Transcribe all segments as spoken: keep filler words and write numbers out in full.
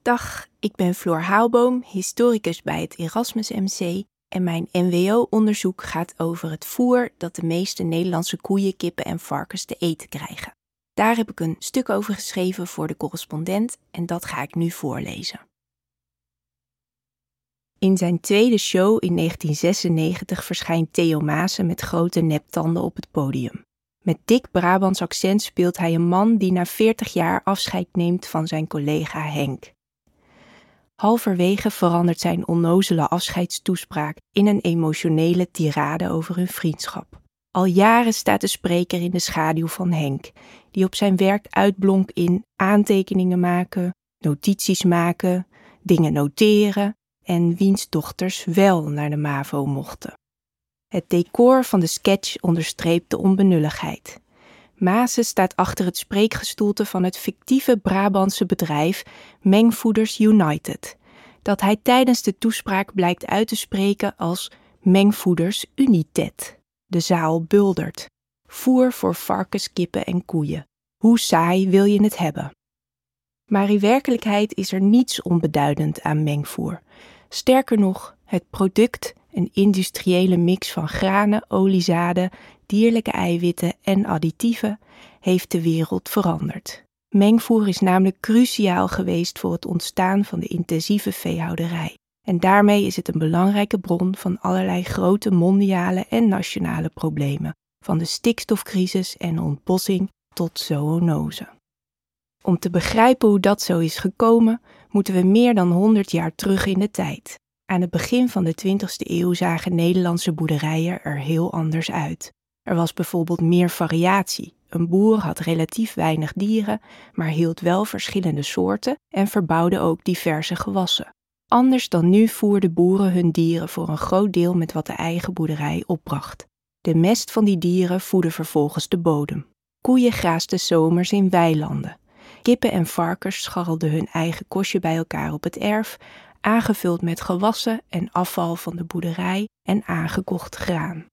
Dag, ik ben Floor Haalboom, historicus bij het Erasmus M C en mijn N W O-onderzoek gaat over het voer dat de meeste Nederlandse koeien, kippen en varkens te eten krijgen. Daar heb ik een stuk over geschreven voor de correspondent en dat ga ik nu voorlezen. In zijn tweede show in negentien zesennegentig verschijnt Theo Maassen met grote neptanden op het podium. Met dik Brabants accent speelt hij een man die na veertig jaar afscheid neemt van zijn collega Henk. Halverwege verandert zijn onnozele afscheidstoespraak in een emotionele tirade over hun vriendschap. Al jaren staat de spreker in de schaduw van Henk, die op zijn werk uitblonk in aantekeningen maken, notities maken, dingen noteren en wiens dochters wel naar de MAVO mochten. Het decor van de sketch onderstreept de onbenulligheid. Maassen staat achter het spreekgestoelte van het fictieve Brabantse bedrijf Mengvoeders United, dat hij tijdens de toespraak blijkt uit te spreken als Mengvoeders United. De zaal buldert. Voer voor varkens, kippen en koeien. Hoe saai wil je het hebben? Maar in werkelijkheid is er niets onbeduidend aan mengvoer. Sterker nog, het product, een industriële mix van granen, oliezaden, dierlijke eiwitten en additieven, heeft de wereld veranderd. Mengvoer is namelijk cruciaal geweest voor het ontstaan van de intensieve veehouderij. En daarmee is het een belangrijke bron van allerlei grote mondiale en nationale problemen, van de stikstofcrisis en ontbossing tot zoonose. Om te begrijpen hoe dat zo is gekomen, moeten we meer dan honderd jaar terug in de tijd. Aan het begin van de twintigste eeuw zagen Nederlandse boerderijen er heel anders uit. Er was bijvoorbeeld meer variatie. Een boer had relatief weinig dieren, maar hield wel verschillende soorten en verbouwde ook diverse gewassen. Anders dan nu voerden boeren hun dieren voor een groot deel met wat de eigen boerderij opbracht. De mest van die dieren voedde vervolgens de bodem. Koeien graasden zomers in weilanden. Kippen en varkens scharrelden hun eigen kostje bij elkaar op het erf, aangevuld met gewassen en afval van de boerderij en aangekocht graan.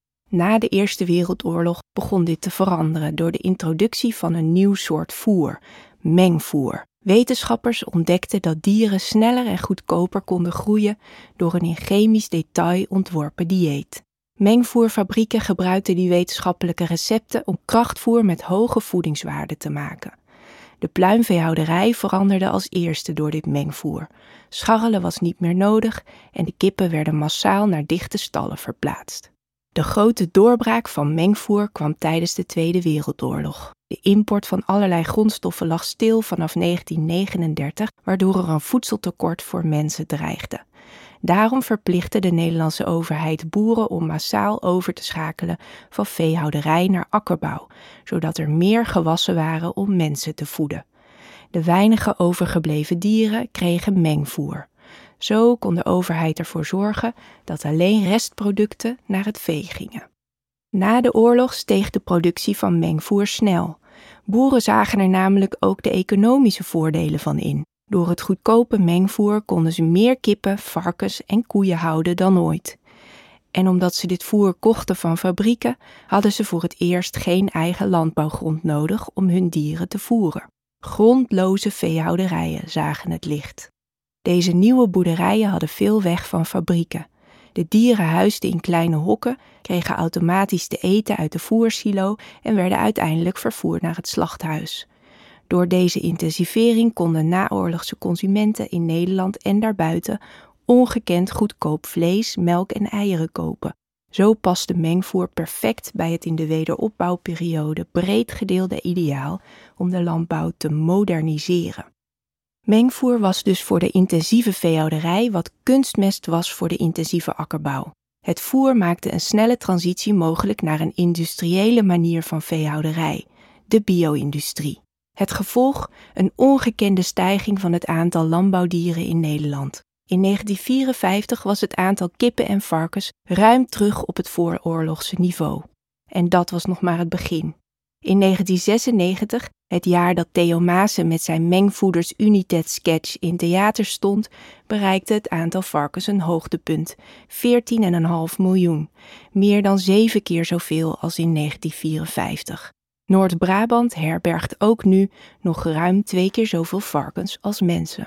Na de Eerste Wereldoorlog begon dit te veranderen door de introductie van een nieuw soort voer, mengvoer. Wetenschappers ontdekten dat dieren sneller en goedkoper konden groeien door een in chemisch detail ontworpen dieet. Mengvoerfabrieken gebruikten die wetenschappelijke recepten om krachtvoer met hoge voedingswaarden te maken. De pluimveehouderij veranderde als eerste door dit mengvoer. Scharrelen was niet meer nodig en de kippen werden massaal naar dichte stallen verplaatst. De grote doorbraak van mengvoer kwam tijdens de Tweede Wereldoorlog. De import van allerlei grondstoffen lag stil vanaf negentien negenendertig, waardoor er een voedseltekort voor mensen dreigde. Daarom verplichtte de Nederlandse overheid boeren om massaal over te schakelen van veehouderij naar akkerbouw, zodat er meer gewassen waren om mensen te voeden. De weinige overgebleven dieren kregen mengvoer. Zo kon de overheid ervoor zorgen dat alleen restproducten naar het vee gingen. Na de oorlog steeg de productie van mengvoer snel. Boeren zagen er namelijk ook de economische voordelen van in. Door het goedkope mengvoer konden ze meer kippen, varkens en koeien houden dan ooit. En omdat ze dit voer kochten van fabrieken, hadden ze voor het eerst geen eigen landbouwgrond nodig om hun dieren te voeren. Grondloze veehouderijen zagen het licht. Deze nieuwe boerderijen hadden veel weg van fabrieken. De dieren huisden in kleine hokken, kregen automatisch te eten uit de voersilo en werden uiteindelijk vervoerd naar het slachthuis. Door deze intensivering konden naoorlogse consumenten in Nederland en daarbuiten ongekend goedkoop vlees, melk en eieren kopen. Zo paste mengvoer perfect bij het in de wederopbouwperiode breed gedeelde ideaal om de landbouw te moderniseren. Mengvoer was dus voor de intensieve veehouderij wat kunstmest was voor de intensieve akkerbouw. Het voer maakte een snelle transitie mogelijk naar een industriële manier van veehouderij, de bio-industrie. Het gevolg: een ongekende stijging van het aantal landbouwdieren in Nederland. In negentien vierenvijftig was het aantal kippen en varkens ruim terug op het vooroorlogse niveau. En dat was nog maar het begin. In negentien zesennegentig, het jaar dat Theo Maassen met zijn Mengvoeders United sketch in theater stond, bereikte het aantal varkens een hoogtepunt, veertien komma vijf miljoen, meer dan zeven keer zoveel als in negentien vierenvijftig. Noord-Brabant herbergt ook nu nog ruim twee keer zoveel varkens als mensen.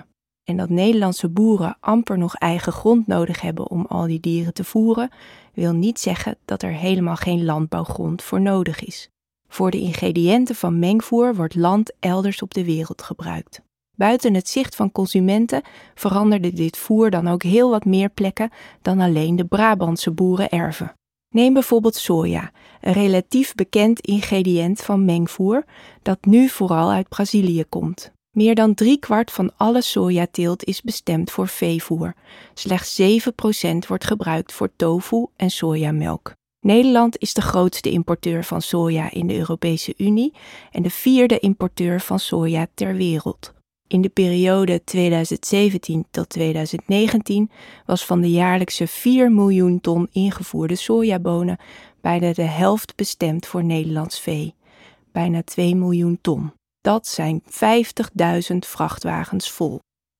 en dat Nederlandse boeren amper nog eigen grond nodig hebben om al die dieren te voeren, wil niet zeggen dat er helemaal geen landbouwgrond voor nodig is. Voor de ingrediënten van mengvoer wordt land elders op de wereld gebruikt. Buiten het zicht van consumenten veranderde dit voer dan ook heel wat meer plekken dan alleen de Brabantse boerenerven. Neem bijvoorbeeld soja, een relatief bekend ingrediënt van mengvoer dat nu vooral uit Brazilië komt. Meer dan driekwart van alle sojateelt is bestemd voor veevoer. Slechts zeven procent wordt gebruikt voor tofu en sojamelk. Nederland is de grootste importeur van soja in de Europese Unie en de vierde importeur van soja ter wereld. In de periode tweeduizend zeventien tot tweeduizend negentien was van de jaarlijkse vier miljoen ton ingevoerde sojabonen bijna de helft bestemd voor Nederlands vee, bijna twee miljoen ton. Dat zijn vijftigduizend vrachtwagens vol.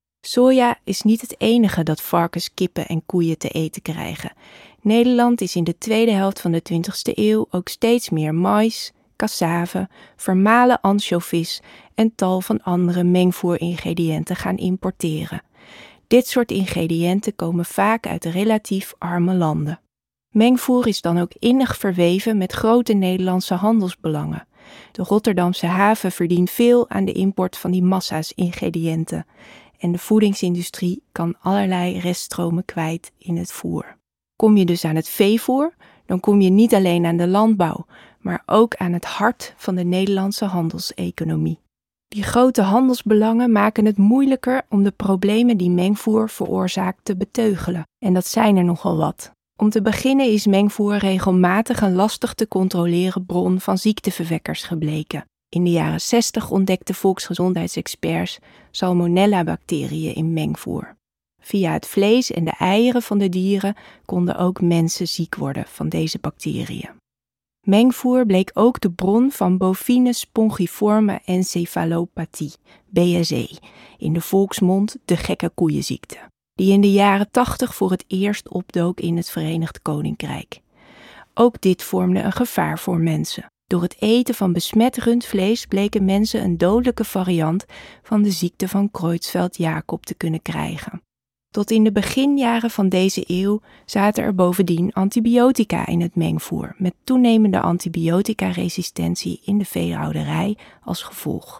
Soja is niet het enige dat varkens, kippen en koeien te eten krijgen. Nederland is in de tweede helft van de twintigste eeuw ook steeds meer mais, cassave, vermalen ansjovis en tal van andere mengvoeringrediënten gaan importeren. Dit soort ingrediënten komen vaak uit relatief arme landen. Mengvoer is dan ook innig verweven met grote Nederlandse handelsbelangen. De Rotterdamse haven verdient veel aan de import van die massa's ingrediënten en de voedingsindustrie kan allerlei reststromen kwijt in het voer. Kom je dus aan het veevoer, dan kom je niet alleen aan de landbouw, maar ook aan het hart van de Nederlandse handelseconomie. Die grote handelsbelangen maken het moeilijker om de problemen die mengvoer veroorzaakt te beteugelen. En dat zijn er nogal wat. Om te beginnen is mengvoer regelmatig een lastig te controleren bron van ziekteverwekkers gebleken. In de jaren zestig ontdekten volksgezondheidsexperts salmonella-bacteriën in mengvoer. Via het vlees en de eieren van de dieren konden ook mensen ziek worden van deze bacteriën. Mengvoer bleek ook de bron van bovine spongiforme encefalopathie, B S E, in de volksmond de gekke koeienziekte, die in de jaren tachtig voor het eerst opdook in het Verenigd Koninkrijk. Ook dit vormde een gevaar voor mensen. Door het eten van besmet rundvlees bleken mensen een dodelijke variant van de ziekte van Creutzfeldt-Jakob te kunnen krijgen. Tot in de beginjaren van deze eeuw zaten er bovendien antibiotica in het mengvoer, met toenemende antibioticaresistentie in de veehouderij als gevolg.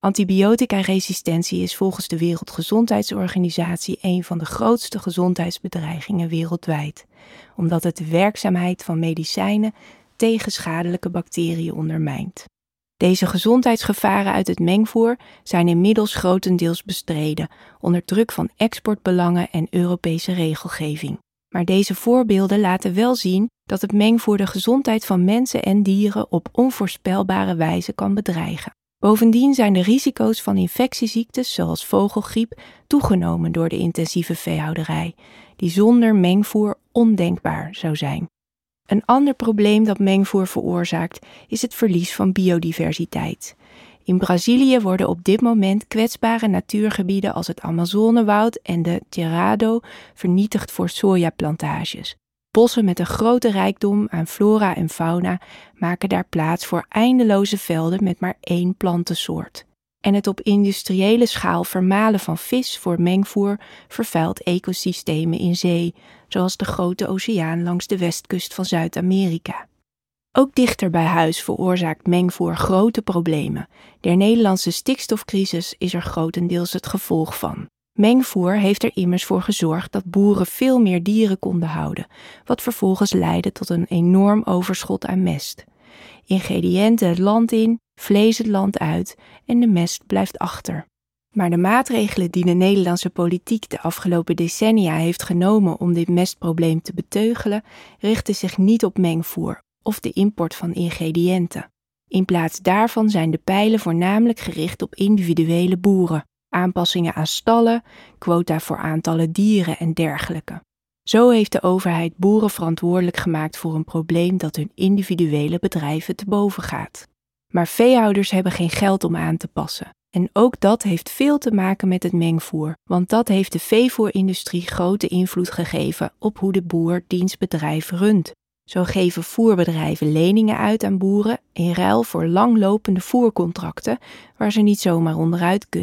Antibioticaresistentie is volgens de Wereldgezondheidsorganisatie een van de grootste gezondheidsbedreigingen wereldwijd, omdat het de werkzaamheid van medicijnen tegen schadelijke bacteriën ondermijnt. Deze gezondheidsgevaren uit het mengvoer zijn inmiddels grotendeels bestreden onder druk van exportbelangen en Europese regelgeving. Maar deze voorbeelden laten wel zien dat het mengvoer de gezondheid van mensen en dieren op onvoorspelbare wijze kan bedreigen. Bovendien zijn de risico's van infectieziektes zoals vogelgriep toegenomen door de intensieve veehouderij, die zonder mengvoer ondenkbaar zou zijn. Een ander probleem dat mengvoer veroorzaakt is het verlies van biodiversiteit. In Brazilië worden op dit moment kwetsbare natuurgebieden als het Amazonewoud en de Cerrado vernietigd voor sojaplantages. Bossen met een grote rijkdom aan flora en fauna maken daar plaats voor eindeloze velden met maar één plantensoort. En het op industriële schaal vermalen van vis voor mengvoer vervuilt ecosystemen in zee, zoals de Grote Oceaan langs de westkust van Zuid-Amerika. Ook dichter bij huis veroorzaakt mengvoer grote problemen. De Nederlandse stikstofcrisis is er grotendeels het gevolg van. Mengvoer heeft er immers voor gezorgd dat boeren veel meer dieren konden houden, wat vervolgens leidde tot een enorm overschot aan mest. Ingrediënten het land in, vlees het land uit en de mest blijft achter. Maar de maatregelen die de Nederlandse politiek de afgelopen decennia heeft genomen om dit mestprobleem te beteugelen, richten zich niet op mengvoer of de import van ingrediënten. In plaats daarvan zijn de pijlen voornamelijk gericht op individuele boeren, aanpassingen aan stallen, quota voor aantallen dieren en dergelijke. Zo heeft de overheid boeren verantwoordelijk gemaakt voor een probleem dat hun individuele bedrijven te boven gaat. Maar veehouders hebben geen geld om aan te passen. En ook dat heeft veel te maken met het mengvoer, want dat heeft de veevoerindustrie grote invloed gegeven op hoe de boer diens bedrijf runt. Zo geven voerbedrijven leningen uit aan boeren in ruil voor langlopende voercontracten waar ze niet zomaar onderuit kunnen.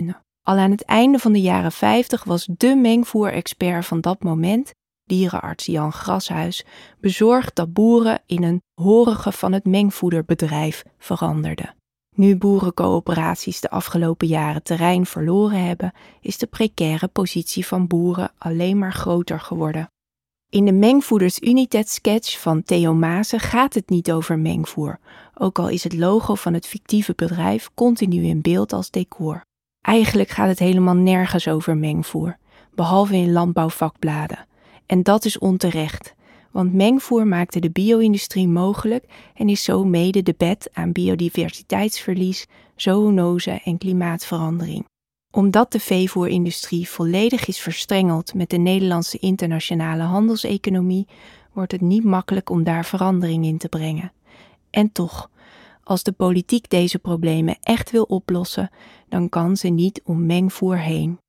Al aan het einde van de jaren vijftig was dé mengvoerexpert van dat moment, dierenarts Jan Grashuis, bezorgd dat boeren in een horige van het mengvoederbedrijf veranderden. Nu boerencoöperaties de afgelopen jaren terrein verloren hebben, is de precaire positie van boeren alleen maar groter geworden. In de Mengvoeders United-sketch van Theo Maassen gaat het niet over mengvoer, ook al is het logo van het fictieve bedrijf continu in beeld als decor. Eigenlijk gaat het helemaal nergens over mengvoer, behalve in landbouwvakbladen. En dat is onterecht, want mengvoer maakte de bio-industrie mogelijk en is zo mede de bet aan biodiversiteitsverlies, zoonose en klimaatverandering. Omdat de veevoerindustrie volledig is verstrengeld met de Nederlandse internationale handelseconomie, wordt het niet makkelijk om daar verandering in te brengen. En toch, als de politiek deze problemen echt wil oplossen, dan kan ze niet om mengvoer heen.